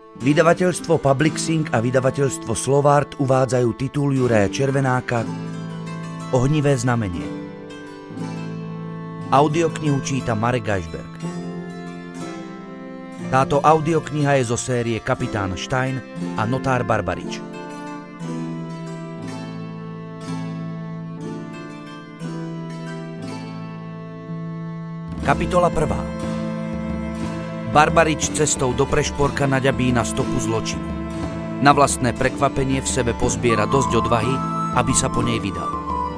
Vydavateľstvo Publixing a vydavateľstvo Slovart uvádzajú titul Juraja Červenáka Ohnivé znamenie. Audioknihu číta Marek Geisberg. Táto audiokniha je zo série Kapitán Stein a Notár Barbarič. Kapitola 1. Barbarič cestou do Prešporka naďabí na stopu zločinu. Na vlastné prekvapenie v sebe pozbiera dosť odvahy, aby sa po nej vydal.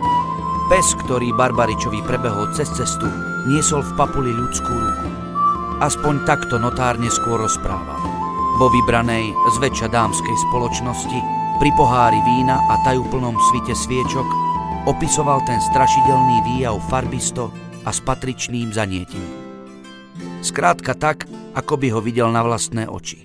Pes, ktorý Barbaričovi prebehol cez cestu, niesol v papuli ľudskú ruku. Aspoň takto notár neskôr rozprával. Vo vybranej, zväčša dámskej spoločnosti, pri pohári vína a tajúplnom svite sviečok opisoval ten strašidelný výjav farbisto a s patričným zanietením. Skrátka tak, ako by ho videl na vlastné oči.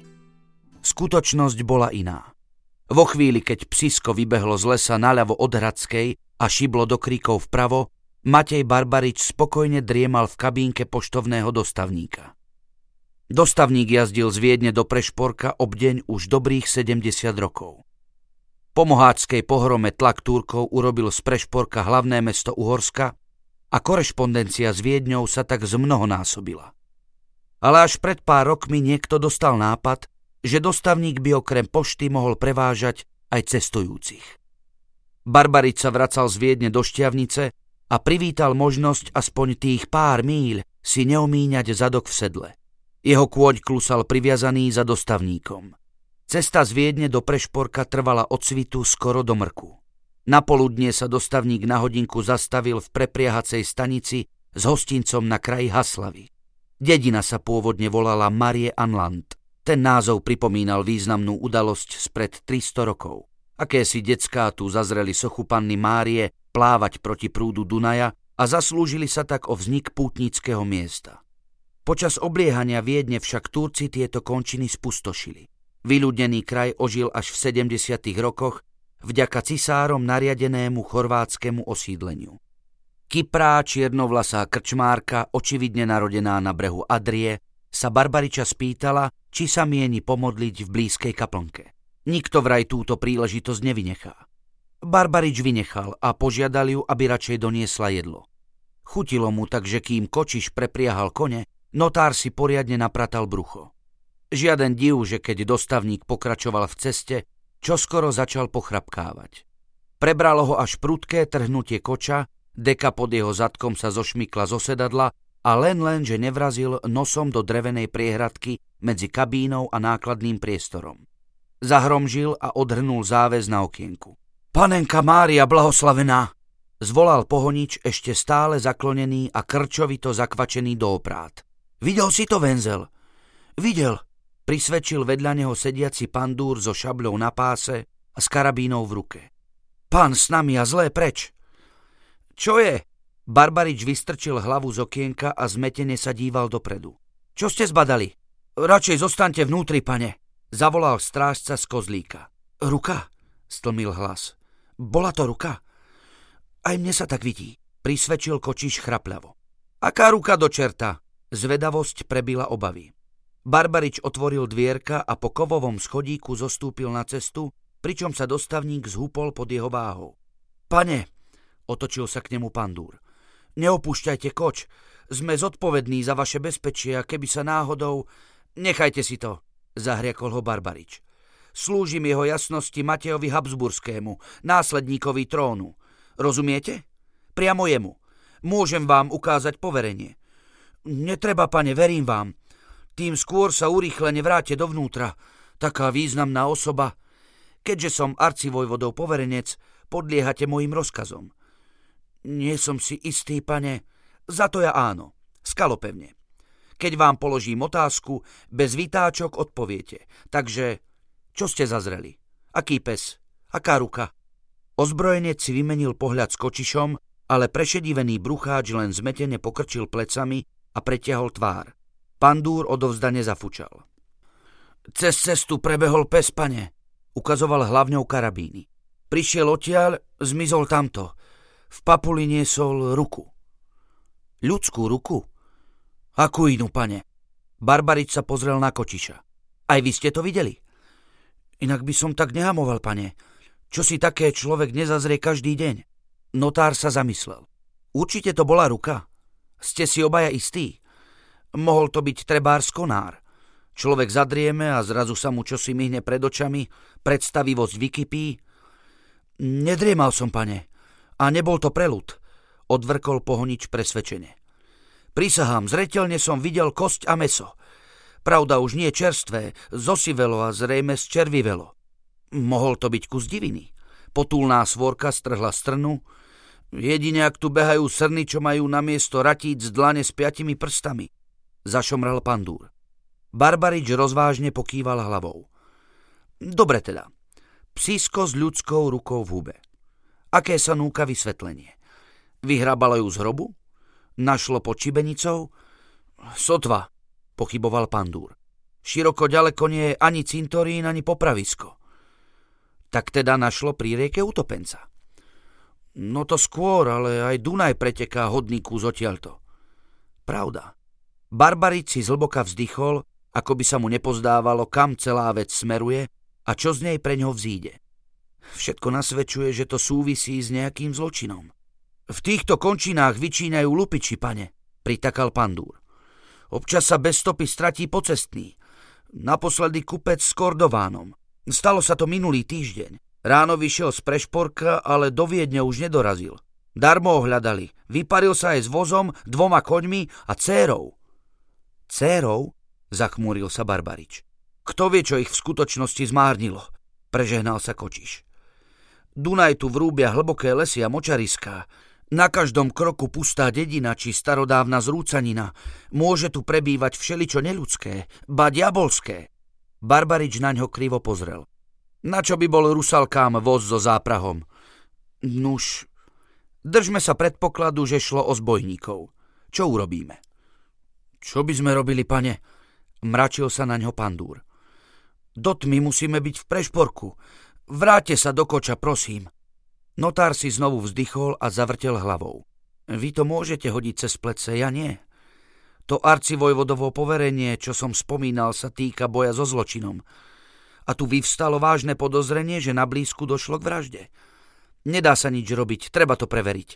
Skutočnosť bola iná. Vo chvíli, keď psisko vybehlo z lesa naľavo od Hradskej a šiblo do kríkov vpravo, Matej Barbarič spokojne driemal v kabínke poštovného dostavníka. Dostavník jazdil z Viedne do Prešporka obdeň už dobrých 70 rokov. Po moháčskej pohrome tlak Turkov urobil z Prešporka hlavné mesto Uhorska a korešpondencia s Viedňou sa tak zmnohonásobila. Ale až pred pár rokmi niekto dostal nápad, že dostavník by okrem pošty mohol prevážať aj cestujúcich. Barbarič sa vracal z Viedne do Štiavnice a privítal možnosť aspoň tých pár míľ si neomíňať zadok v sedle. Jeho kôň klusal priviazaný za dostavníkom. Cesta z Viedne do Prešporka trvala od svitu skoro do mrku. Na poludnie sa dostavník na hodinku zastavil v prepriahacej stanici s hostincom na kraji Haslavy. Dedina sa pôvodne volala Marie Anland. Ten názov pripomínal významnú udalosť spred 300 rokov. Akési decká tu zazreli sochu Panny Márie plávať proti prúdu Dunaja a zaslúžili sa tak o vznik pútnického miesta. Počas obliehania Viedne však Turci tieto končiny spustošili. Vyľudnený kraj ožil až v 70. rokoch vďaka cisárom nariadenému chorvátskemu osídleniu. Kyprá čiernovlasá krčmárka, očividne narodená na brehu Adrie, sa Barbariča spýtala, či sa mieni pomodliť v blízkej kaplnke. Nikto vraj túto príležitosť nevynechá. Barbarič vynechal a požiadal ju, aby radšej doniesla jedlo. Chutilo mu, takže kým Kočiš prepriahal kone, notár si poriadne napratal brucho. Žiaden div, že keď dostavník pokračoval v ceste, čoskoro začal pochrapkávať. Prebralo ho až prudké trhnutie koča, deka pod jeho zadkom sa zošmykla zo sedadla a že nevrazil nosom do drevenej priehradky medzi kabínou a nákladným priestorom. Zahromžil a odhrnul záväz na okienku. Panenka Mária blahoslavená! Zvolal pohonič ešte stále zaklonený a krčovito zakvačený do oprát. Videl si to, Wenzel? Videl, prisvedčil vedľa neho sediaci pandúr so šabľou na páse a s karabínou v ruke. Pán s nami a zlé preč! Čo je? Barbarič vystrčil hlavu z okienka a zmetene sa díval dopredu. Čo ste zbadali? Radšej zostaňte vnútri, pane, zavolal strážca z kozlíka. Ruka? Stlmil hlas. Bola to ruka? Aj mne sa tak vidí, prisvedčil Kočiš chrapľavo. Aká ruka do čerta? Zvedavosť prebila obavy. Barbarič otvoril dvierka a po kovovom schodíku zostúpil na cestu, pričom sa dostavník zhúpol pod jeho váhou. Pane, otočil sa k nemu pandúr. Neopúšťajte koč, sme zodpovední za vaše bezpečie a keby sa náhodou... Nechajte si to, zahriakol ho Barbarič. Slúžim jeho jasnosti Matejovi Habsburskému, následníkovi trónu. Rozumiete? Priamo jemu. Môžem vám ukázať poverenie. Netreba, pane, verím vám. Tým skôr sa urýchlene vráte dovnútra. Taká významná osoba. Keďže som arcivojvodov poverenec, podliehate mojim rozkazom. Nie som si istý, pane. Za to ja áno. Skalopevne. Keď vám položím otázku, bez vytáčok odpoviete. Takže, čo ste zazreli? Aký pes? Aká ruka? Ozbrojenec si vymenil pohľad s Kočišom, ale prešedivený brucháč len zmetene pokrčil plecami a pretiahol tvár. Pandúr odovzdane zafučal. Cez cestu prebehol pes, pane. Ukazoval hlavňou karabíny. Prišiel odtiaľ, zmizol tamto. V papuli niesol ruku. Ľudskú ruku? Akú inú, pane? Barbarič sa pozrel na Kočiša. Aj vy ste to videli? Inak by som tak nehamoval, pane. Čo si také človek nezazrie každý deň? Notár sa zamyslel. Určite to bola ruka. Ste si obaja istí? Mohol to byť trebárs konár. Človek zadrieme a zrazu sa mu čosi myhne pred očami, predstavivosť vykypí. Nedriemal som, pane. A nebol to preľud, odvrkol pohonič presvedčene. Prisahám, zreteľne som videl kosť a mäso. Pravda už nie čerstvé, zosivelo a zrejme zčervivelo. Mohol to byť kus diviny. Potulná svorka strhla strnu. Jedine ak tu behajú srny, čo majú namiesto ratíc dlane s 5 prstami. Zašomral Pandúr. Barbarič rozvážne pokýval hlavou. Dobre teda. Psísko s ľudskou rukou v hube. Aké sa núka vysvetlenie? Vyhrabalo ju z hrobu? Našlo pod šibenicou? Sotva, pochyboval Pandúr. Široko ďaleko nie je ani cintorín, ani popravisko. Tak teda našlo pri rieke utopenca. No to skôr, ale aj Dunaj preteká hodný kus odtiaľto. Pravda. Barbarič si zhlboka vzdychol, ako by sa mu nepozdávalo, kam celá vec smeruje a čo z nej preňho vzíde. Všetko nasvedčuje, že to súvisí s nejakým zločinom. V týchto končinách vyčínajú lupiči, pane, pritakal Pandúr. Občas sa bez stopy stratí pocestný. Naposledy kupec s Kordovánom. Stalo sa to minulý týždeň. Ráno vyšiel z Prešporka, ale do Viedne už nedorazil. Darmo ho hľadali. Vyparil sa aj s vozom, 2 koňmi a dcérou. Dcérou? Zachmúril sa Barbarič. Kto vie, čo ich v skutočnosti zmárnilo? Prežehnal sa Kočiš. Dunaj tu vrúbia hlboké lesy a močariská. Na každom kroku pustá dedina či starodávna zrúcanina. Môže tu prebývať všeličo neľudské, ba diabolské. Barbarič naňho krivo pozrel. Na čo by bol Rusalkám voz so záprahom? Nuž, držme sa predpokladu, že šlo o zbojníkov. Čo urobíme? Čo by sme robili, pane? Mračil sa naňho Pandúr. Do tmy musíme byť v Prešporku. Vráťte sa do koča, prosím. Notár si znovu vzdychol a zavrtel hlavou. Vy to môžete hodiť cez plece, ja nie. To arcivojvodovo poverenie, čo som spomínal, sa týka boja so zločinom. A tu vyvstalo vážne podozrenie, že na blízku došlo k vražde. Nedá sa nič robiť, treba to preveriť.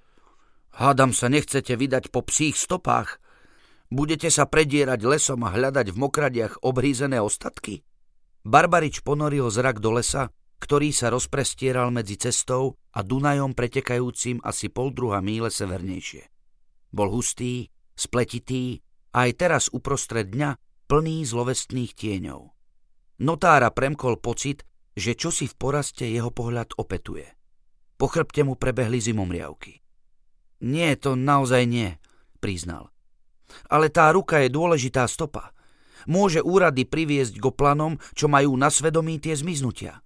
Hádam sa nechcete vydať po psích stopách. Budete sa predierať lesom a hľadať v mokradiach obhrízené ostatky? Barbarič ponoril zrak do lesa, ktorý sa rozprestieral medzi cestou a Dunajom pretekajúcim asi 0,5 míle severnejšie. Bol hustý, spletitý a aj teraz uprostred dňa plný zlovestných tieňov. Notára premkol pocit, že čosi v poraste jeho pohľad opetuje. Po chrbte mu prebehli zimomriavky. Nie, to naozaj nie, priznal. Ale tá ruka je dôležitá stopa. Môže úrady priviesť k oplanom, čo majú na svedomí tie zmiznutia.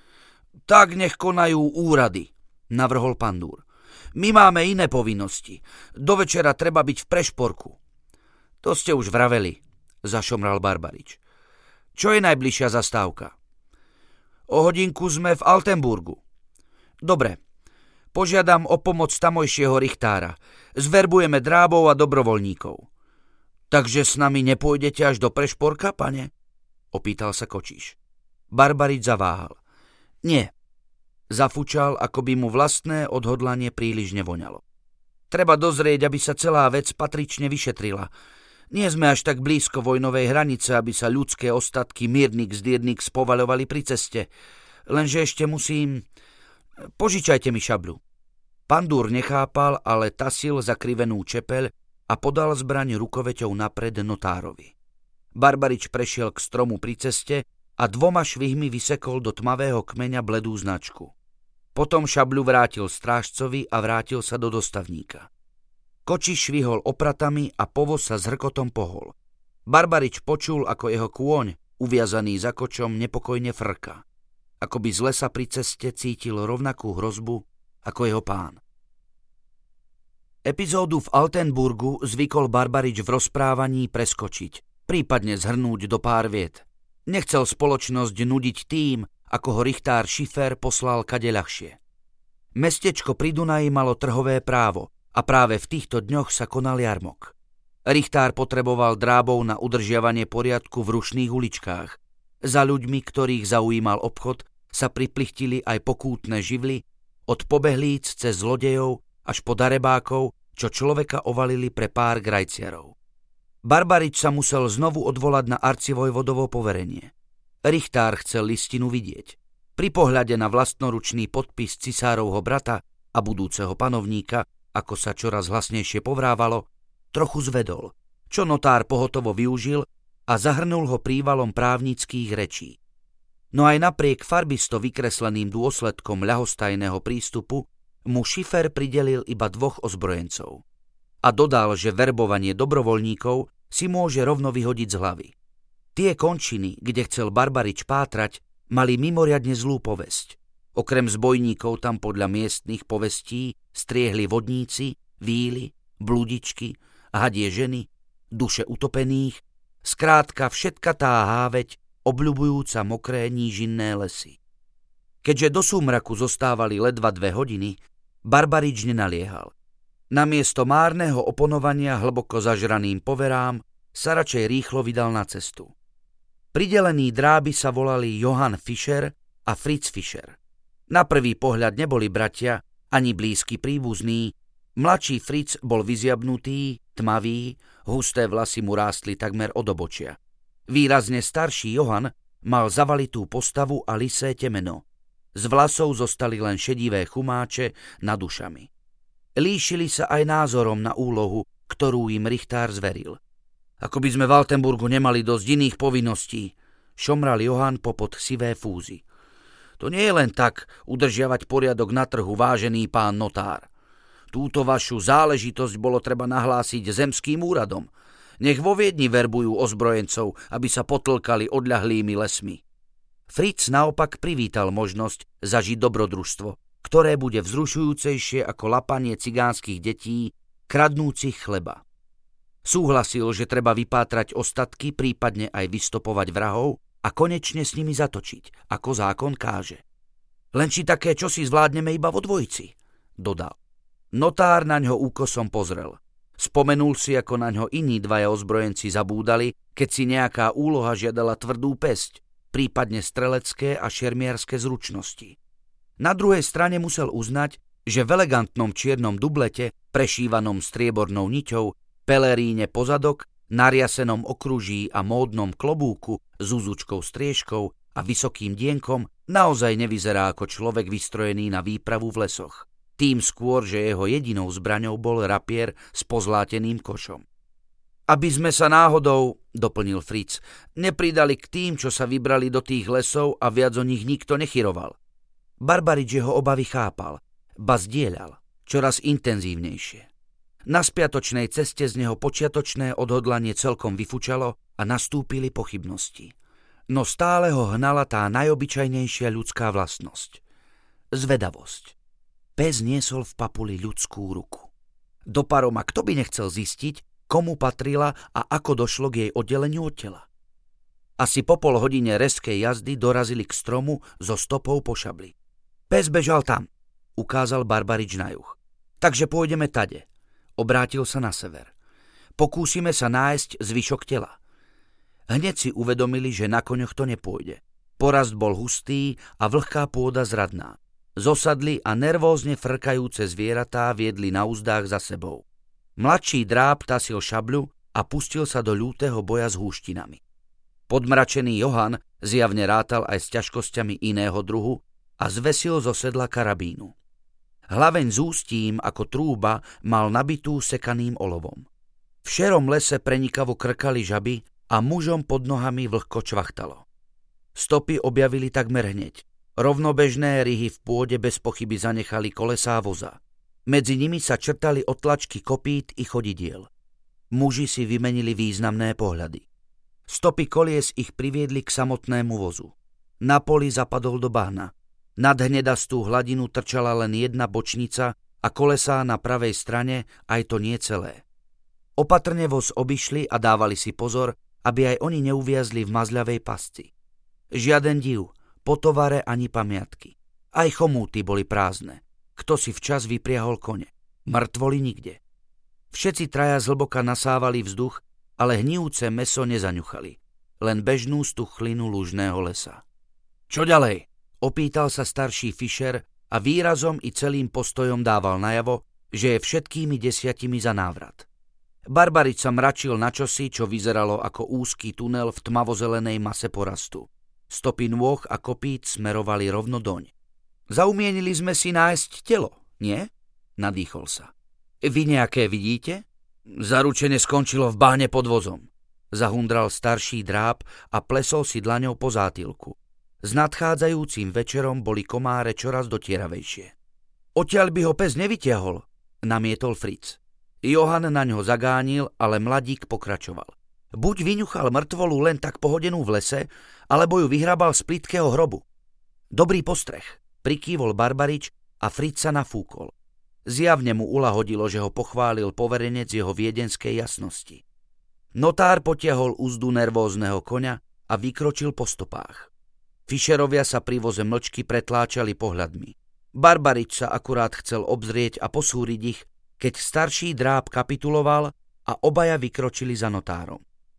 Tak nech konajú úrady, navrhol Pandúr. My máme iné povinnosti. Do večera treba byť v Prešporku. To ste už vraveli, zašomral Barbarič. Čo je najbližšia zastávka? O hodinku sme v Altenburgu. Dobre, požiadam o pomoc tamojšieho richtára. Zverbujeme drábov a dobrovoľníkov. Takže s nami nepôjdete až do Prešporka, pane? Opýtal sa Kočíš. Barbarič zaváhal. Nie. Zafučal, ako by mu vlastné odhodlanie príliš nevoňalo. Treba dozrieť, aby sa celá vec patrične vyšetrila. Nie sme až tak blízko vojnovej hranice, aby sa ľudské ostatky mírnik spovaľovali pri ceste. Lenže ešte musím... Požičajte mi šabľu. Pandúr nechápal, ale tasil zakrivenú čepeľ a podal zbraň rukoveťou napred notárovi. Barbarič prešiel k stromu pri ceste a 2 švihmi vysekol do tmavého kmeňa bledú značku. Potom šabľu vrátil strážcovi a vrátil sa do dostavníka. Kočiš švihol opratami a povoz sa s hrkotom pohol. Barbarič počul, ako jeho kôň, uviazaný za kočom, nepokojne frka. Ako by z lesa pri ceste cítil rovnakú hrozbu ako jeho pán. Epizódu v Altenburgu zvykol Barbarič v rozprávaní preskočiť, prípadne zhrnúť do pár viet. Nechcel spoločnosť nudiť tým, ako ho richtár Šifer poslal kade ľahšie. Mestečko pri Dunaji malo trhové právo a práve v týchto dňoch sa konal jarmok. Richtár potreboval drábov na udržiavanie poriadku v rušných uličkách. Za ľuďmi, ktorých zaujímal obchod, sa priplichtili aj pokútne živly, od pobehlíc cez zlodejov až po darebákov, čo človeka ovalili pre pár grajciarov. Barbarič sa musel znovu odvolať na arcivojvodovo poverenie. Richtár chcel listinu vidieť. Pri pohľade na vlastnoručný podpis cisárovho brata a budúceho panovníka, ako sa čoraz hlasnejšie povrávalo, trochu zvedol, čo notár pohotovo využil a zahrnul ho prívalom právnických rečí. No aj napriek farbisto vykresleným dôsledkom ľahostajného prístupu mu Šifer pridelil iba 2 ozbrojencov. A dodal, že verbovanie dobrovoľníkov si môže rovno vyhodiť z hlavy. Tie končiny, kde chcel Barbarič pátrať, mali mimoriadne zlú povesť. Okrem zbojníkov tam podľa miestnych povestí striehli vodníci, víly, blúdičky, hadie ženy, duše utopených, skrátka všetka tá háveť, obľubujúca mokré nížinné lesy. Keďže do súmraku zostávali ledva 2 hodiny, Barbarič nenaliehal. Namiesto márneho oponovania hlboko zažraným poverám sa radšej rýchlo vydal na cestu. Pridelení dráby sa volali Johann Fischer a Fritz Fischer. Na prvý pohľad neboli bratia, ani blízky príbuzní. Mladší Fritz bol vyziabnutý, tmavý, husté vlasy mu rástli takmer od obočia. Výrazne starší Johann mal zavalitú postavu a lysé temeno. Z vlasov zostali len šedivé chumáče nad ušami. Líšili sa aj názorom na úlohu, ktorú im Richtár zveril. Ako by sme v Altenburgu nemali dosť iných povinností, šomral Johann popod sivé fúzy. To nie je len tak udržiavať poriadok na trhu, vážený pán notár. Túto vašu záležitosť bolo treba nahlásiť zemským úradom. Nech vo Viedni verbujú ozbrojencov, aby sa potlkali odľahlými lesmi. Fritz naopak privítal možnosť zažiť dobrodružstvo, ktoré bude vzrušujúcejšie ako lapanie cigánskych detí, kradnúcich chleba. Súhlasil, že treba vypátrať ostatky, prípadne aj vystopovať vrahov a konečne s nimi zatočiť, ako zákon káže. Len či také čosi zvládneme iba vo dvojici, dodal. Notár na ňo úkosom pozrel. Spomenul si, ako na ňo iní 2 ozbrojenci zabúdali, keď si nejaká úloha žiadala tvrdú pesť, prípadne strelecké a šermiarske zručnosti. Na druhej strane musel uznať, že v elegantnom čiernom dublete, prešívanom striebornou niťou, peleríne pozadok, nariasenom okruží a módnom klobúku s úzučkou striežkou a vysokým dienkom naozaj nevyzerá ako človek vystrojený na výpravu v lesoch. Tým skôr, že jeho jedinou zbraňou bol rapier s pozláteným košom. Aby sme sa náhodou, doplnil Fritz, nepridali k tým, čo sa vybrali do tých lesov a viac o nich nikto nechyroval. Barbarič jeho obavy chápal, ba zdieľal, čoraz intenzívnejšie. Na spiatočnej ceste z neho počiatočné odhodlanie celkom vyfučalo a nastúpili pochybnosti. No stále ho hnala tá najobyčajnejšia ľudská vlastnosť. Zvedavosť. Pes niesol v papuli ľudskú ruku. Do paroma kto by nechcel zistiť, komu patrila a ako došlo k jej oddeleniu od tela. Asi po pol hodine rezkej jazdy dorazili k stromu so stopou po šabli. Pes bežal tam, ukázal Barbarič na juh. Takže pôjdeme tade. Obrátil sa na sever. Pokúsime sa nájsť zvyšok tela. Hneď si uvedomili, že na koňoch to nepôjde. Porast bol hustý a vlhká pôda zradná. Zosadli a nervózne frkajúce zvieratá viedli na uzdách za sebou. Mladší dráb tasil šabľu a pustil sa do ľúteho boja s húštinami. Podmračený Johann zjavne rátal aj s ťažkosťami iného druhu a zvesil zo sedla karabínu. Hlaveň s ústím ako trúba mal nabitú sekaným olovom. V šerom lese prenikavo krkali žaby a mužom pod nohami vlhko čvachtalo. Stopy objavili takmer hneď. Rovnobežné ryhy v pôde bez pochyby zanechali kolesá voza. Medzi nimi sa črtali otlačky kopít i chodidiel. Muži si vymenili významné pohľady. Stopy kolies ich priviedli k samotnému vozu. Na poli zapadol do bahna. Nad hnedastú hladinu trčala len jedna bočnica a kolesá na pravej strane, aj to nie celé. Opatrne voz obišli a dávali si pozor, aby aj oni neuviazli v mazľavej pasci. Žiaden div, po tovare ani pamiatky. Aj chomúty boli prázdne. Kto si včas vypriahol kone? Mŕtvoli nikde. Všetci traja zhlboka nasávali vzduch, ale hnijúce mäso nezaňuchali, len bežnú stuchlinu lužného lesa. Čo ďalej? Opýtal sa starší Fischer a výrazom i celým postojom dával najavo, že je všetkými 10 za návrat. Barbarič sa mračil na čosi, čo vyzeralo ako úzky tunel v tmavozelenej mase porastu. Stopy nôh a kopít smerovali rovno doň. Zaumienili sme si nájsť telo, nie? Nadýchol sa. Vy nejaké vidíte? Zaručene skončilo v bahne pod vozom. Zahundral starší dráb a plesol si dlaňou po zátilku. S nadchádzajúcim večerom boli komáre čoraz dotieravejšie. Odtiaľ by ho pes nevytiahol, namietol Fritz. Johan na ňo zagánil, ale mladík pokračoval. Buď vyňuchal mŕtvolu len tak pohodenú v lese, alebo ju vyhrabal z plytkého hrobu. Dobrý postreh, prikývol Barbarič a Fritz sa nafúkol. Zjavne mu ulahodilo, že ho pochválil poverenec jeho viedenskej jasnosti. Notár potiahol uzdu nervózneho koňa a vykročil po stopách. Fischerovia sa pri voze mlčky pretláčali pohľadmi. Barbarič sa akurát chcel obzrieť a posúriť ich, keď starší dráb kapituloval a obaja vykročili za notárom.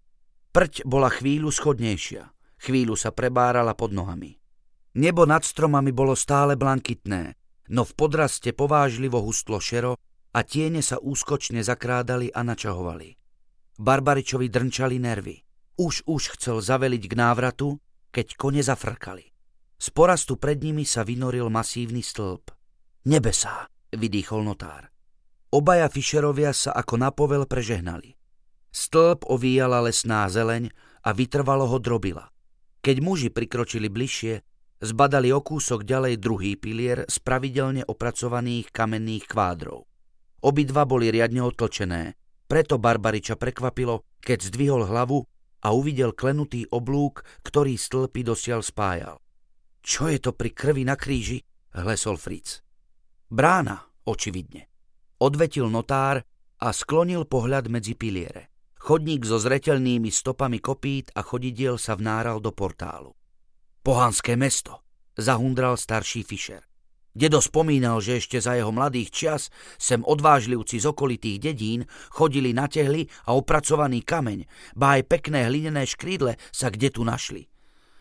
Prť bola chvíľu schodnejšia, chvíľu sa prebárala pod nohami. Nebo nad stromami bolo stále blankitné, no v podraste povážlivo hustlo šero a tiene sa úskočne zakrádali a načahovali. Barbaričovi drnčali nervy. Už chcel zaveliť k návratu, keď kone zafrkali. Z porastu pred nimi sa vynoril masívny stĺp. Nebesá, vydýchol notár. Obaja Fischerovia sa ako na povel prežehnali. Stĺp ovíjala lesná zeleň a vytrvalo ho drobila. Keď muži prikročili bližšie, zbadali o kúsok ďalej druhý pilier z pravidelne opracovaných kamenných kvádrov. Obidva boli riadne otlčené, preto Barbariča prekvapilo, keď zdvihol hlavu a uvidel klenutý oblúk, ktorý stĺpy dosiaľ spájal. Čo je to pri krvi na kríži? Hlesol Fritz. Brána, očividne. Odvetil notár a sklonil pohľad medzi piliere. Chodník so zreteľnými stopami kopít a chodidiel sa vnáral do portálu. Pohanské mesto, zahundral starší Fischer. Dedo spomínal, že ešte za jeho mladých čias sem odvážlivci z okolitých dedín chodili na tehly a opracovaný kameň, ba aj pekné hlinené škrídle sa kde tu našli.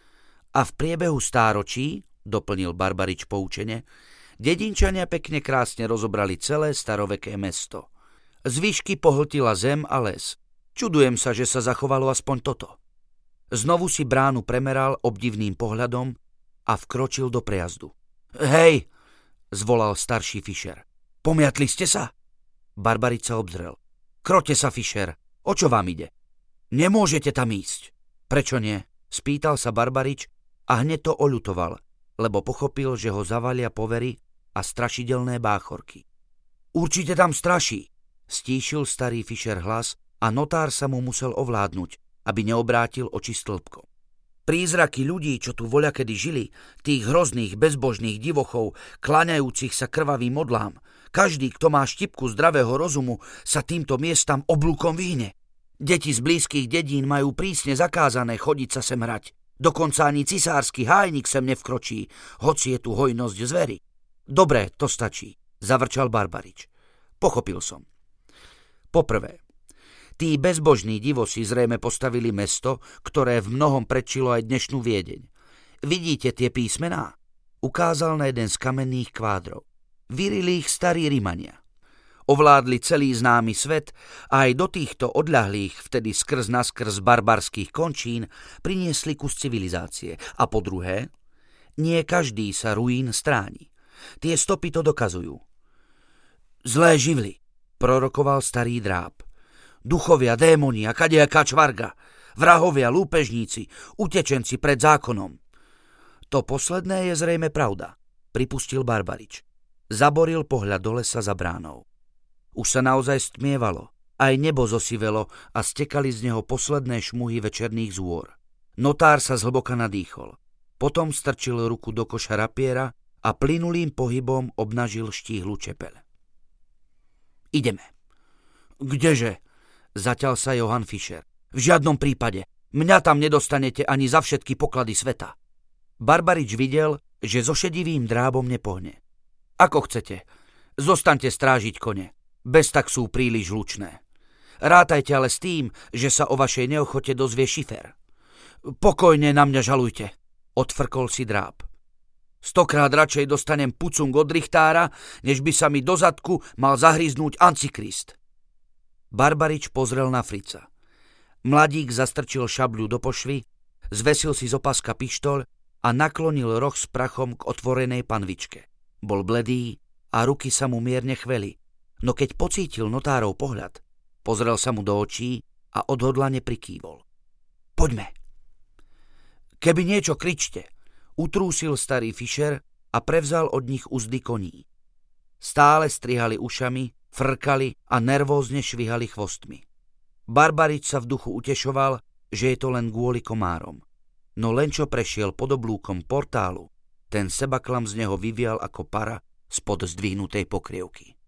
A v priebehu stáročí, doplnil Barbarič poučene, dedinčania pekne krásne rozobrali celé staroveké mesto. Zvyšky pohltila zem a les. Čudujem sa, že sa zachovalo aspoň toto. Znovu si bránu premeral obdivným pohľadom a vkročil do prejazdu. Hej, zvolal starší Fischer. Pomiatli ste sa? Barbarič sa obzrel. Krote sa, Fischer, o čo vám ide? Nemôžete tam ísť. Prečo nie? Spýtal sa Barbarič a hneď to oľutoval, lebo pochopil, že ho zavalia povery a strašidelné báchorky. Určite tam straší, stíšil starý Fischer hlas a notár sa mu musel ovládnuť, aby neobrátil oči stĺpkom. Prízraky ľudí, čo tu voľakedy žili, tých hrozných bezbožných divochov, kláňajúcich sa krvavým modlám, každý, kto má štipku zdravého rozumu, sa týmto miestam oblúkom vyhne. Deti z blízkych dedín majú prísne zakázané chodiť sa sem hrať. Dokonca ani cisársky hájnik sem nevkročí, hoci je tu hojnosť zvery. Dobre, to stačí, zavrčal Barbarič. Pochopil som. Poprvé, tí bezbožní divosi zrejme postavili mesto, ktoré v mnohom predčilo aj dnešnú Viedeň. Vidíte tie písmená? Ukázal na jeden z kamenných kvádrov. Vyrili ich starí Rimania. Ovládli celý známy svet a aj do týchto odľahlých, vtedy skrz naskrz barbarských končín priniesli kus civilizácie. A po druhé, nie každý sa ruín stráni. Tie stopy to dokazujú. Zlé živly, prorokoval starý dráb. Duchovia, démoni a kadejaká čvarga, vrahovia, lúpežníci, utečenci pred zákonom. To posledné je zrejme pravda, pripustil Barbarič. Zaboril pohľad do lesa za bránou. Už sa naozaj stmievalo, aj nebo zosivelo a stekali z neho posledné šmuhy večerných zôr. Notár sa zhlboka nadýchol. Potom strčil ruku do koša rapiera a plynulým pohybom obnažil štíhlu čepeľ. Ideme. Kdeže? Zaťal sa Johann Fischer. V žiadnom prípade. Mňa tam nedostanete ani za všetky poklady sveta. Barbarič videl, že so šedivým drábom nepohne. Ako chcete. Zostaňte strážiť kone. Bez tak sú príliš hlučné. Rátajte ale s tým, že sa o vašej neochote dozvie Šifer. Pokojne na mňa žalujte, odfrkol si Dráb. 100-krát radšej dostanem pucung od Richtára, než by sa mi do zadku mal zahryznúť Antikrist. Barbarič pozrel na Frica. Mladík zastrčil šabľu do pošvy, zvesil si z opaska pištoľ a naklonil roh s prachom k otvorenej panvičke. Bol bledý a ruky sa mu mierne chveli, no keď pocítil notárov pohľad, pozrel sa mu do očí a odhodlane prikývol. Poďme. Keby niečo kričte, utrúsil starý Fischer a prevzal od nich uzdy koní. Stále strihali ušami, frkali a nervózne švihali chvostmi. Barbarič sa v duchu utešoval, že je to len kvôli komárom. No len čo prešiel pod oblúkom portálu, ten sebaklam z neho vyvial ako para spod zdvihnutej pokrievky.